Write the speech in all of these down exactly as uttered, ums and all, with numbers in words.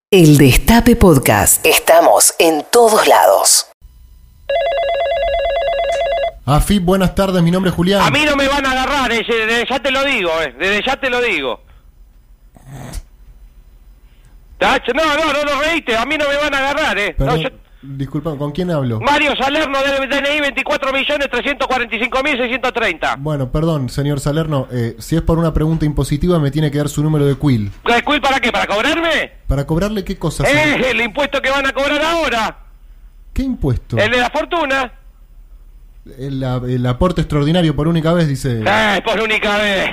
El Destape Podcast. Estamos en todos lados. Afip, buenas tardes, mi nombre es Julián. A mí no me van a agarrar, eh, desde ya te lo digo, eh, desde ya te lo digo. Tacho, no, no, no lo reíste, a mí no me van a agarrar, eh. Perdón, No, yo... Disculpa, ¿con quién hablo? Mario Salerno, del D N I veinticuatro millones trescientos cuarenta y cinco mil seiscientos treinta. Bueno, perdón, señor Salerno, eh, si es por una pregunta impositiva me tiene que dar su número de Quill. ¿El Quill para qué? ¿Para cobrarme? ¿Para cobrarle qué cosa? señor? Eh, el impuesto que van a cobrar ahora. ¿Qué impuesto? El de la fortuna. El, el aporte extraordinario por única vez, dice. Eh, por única vez.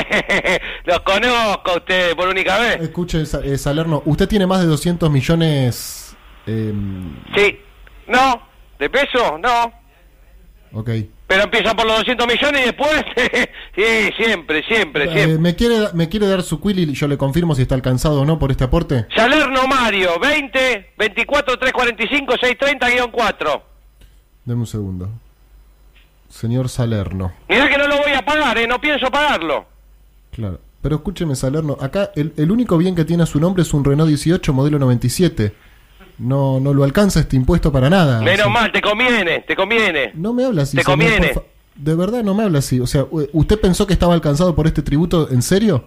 Los conozco a ustedes por única vez. Escuche, eh, Salerno, ¿usted tiene más de doscientos millones? Eh... Sí. No. ¿De peso? No. Ok. Pero empieza por los doscientos millones y después... sí, siempre, siempre, Eh, siempre. ¿me, quiere, ¿Me quiere dar su Quill y yo le confirmo si está alcanzado o no por este aporte? Salerno Mario, veinte, veinticuatro, trescientos cuarenta y cinco, seiscientos treinta guión cuatro. Deme un segundo. Señor Salerno. Mirá que no lo voy a pagar, eh, no pienso pagarlo. Claro. Pero escúcheme, Salerno, acá el, el único bien que tiene a su nombre es un Renault dieciocho modelo noventa y siete. No, no lo alcanza este impuesto para nada. Menos o sea, mal, te conviene, te conviene. No me habla así, Te señor, conviene. por fa- De verdad no me habla así. O sea, ¿usted pensó que estaba alcanzado por este tributo en serio?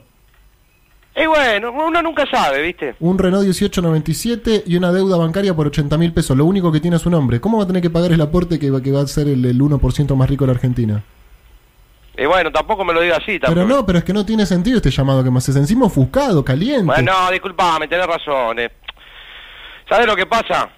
Y bueno, uno nunca sabe, ¿viste? Un Renault dieciocho noventa y siete y una deuda bancaria por ochenta mil pesos. Lo único que tiene a su nombre. ¿Cómo va a tener que pagar el aporte que va, que va a ser el, el uno por ciento más rico de la Argentina? Y bueno, tampoco me lo diga así tampoco. Pero no, pero es que no tiene sentido este llamado que me haces. Encima ofuscado, caliente. Bueno, no, disculpame, tenés razón, eh. ¿Sabés lo que pasa?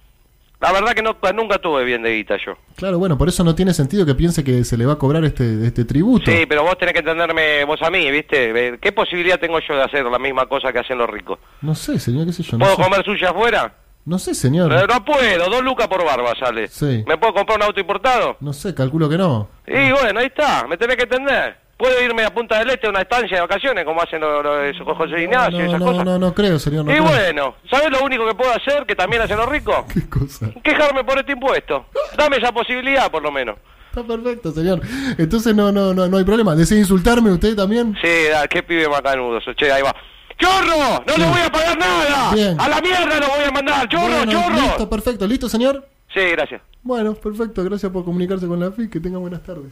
La verdad que no, nunca tuve bien de guita yo. Claro, bueno, por eso no tiene sentido que piense que se le va a cobrar este, este tributo. Sí, pero vos tenés que entenderme vos a mí, ¿viste? ¿Qué posibilidad tengo yo de hacer la misma cosa que hacen los ricos? No sé, señor, qué sé yo. No ¿Puedo sé. comer suya afuera? No sé, señor. No, no puedo, dos lucas por barba sale. Sí. ¿Me puedo comprar un auto importado? No sé, calculo que no. Y bueno, ahí está, me tenés que entender. ¿Puedo irme a Punta del Este a una estancia de vacaciones como hacen los, los, esos José Ignacio y no, esas no, cosas? no, no creo, señor. No y creo. bueno, ¿sabés lo único que puedo hacer que también hacen los ricos? ¿Qué cosa? Quejarme por este impuesto. Dame esa posibilidad por lo menos. Está perfecto, señor. Entonces no, no, no, no hay problema. ¿Desea insultarme usted también? Sí, da, qué pibe macanudo, che, ahí va. ¡Chorro! ¡No Sí. le voy a pagar nada! Bien. ¡A la mierda lo voy a mandar! ¡Chorro, Bueno, chorro! Listo, perfecto. ¿Listo, señor? Sí, gracias. Bueno, perfecto. Gracias por comunicarse con la F I. Que tenga buenas tardes.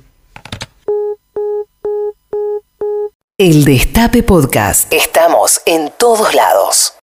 El Destape Podcast. Estamos en todos lados.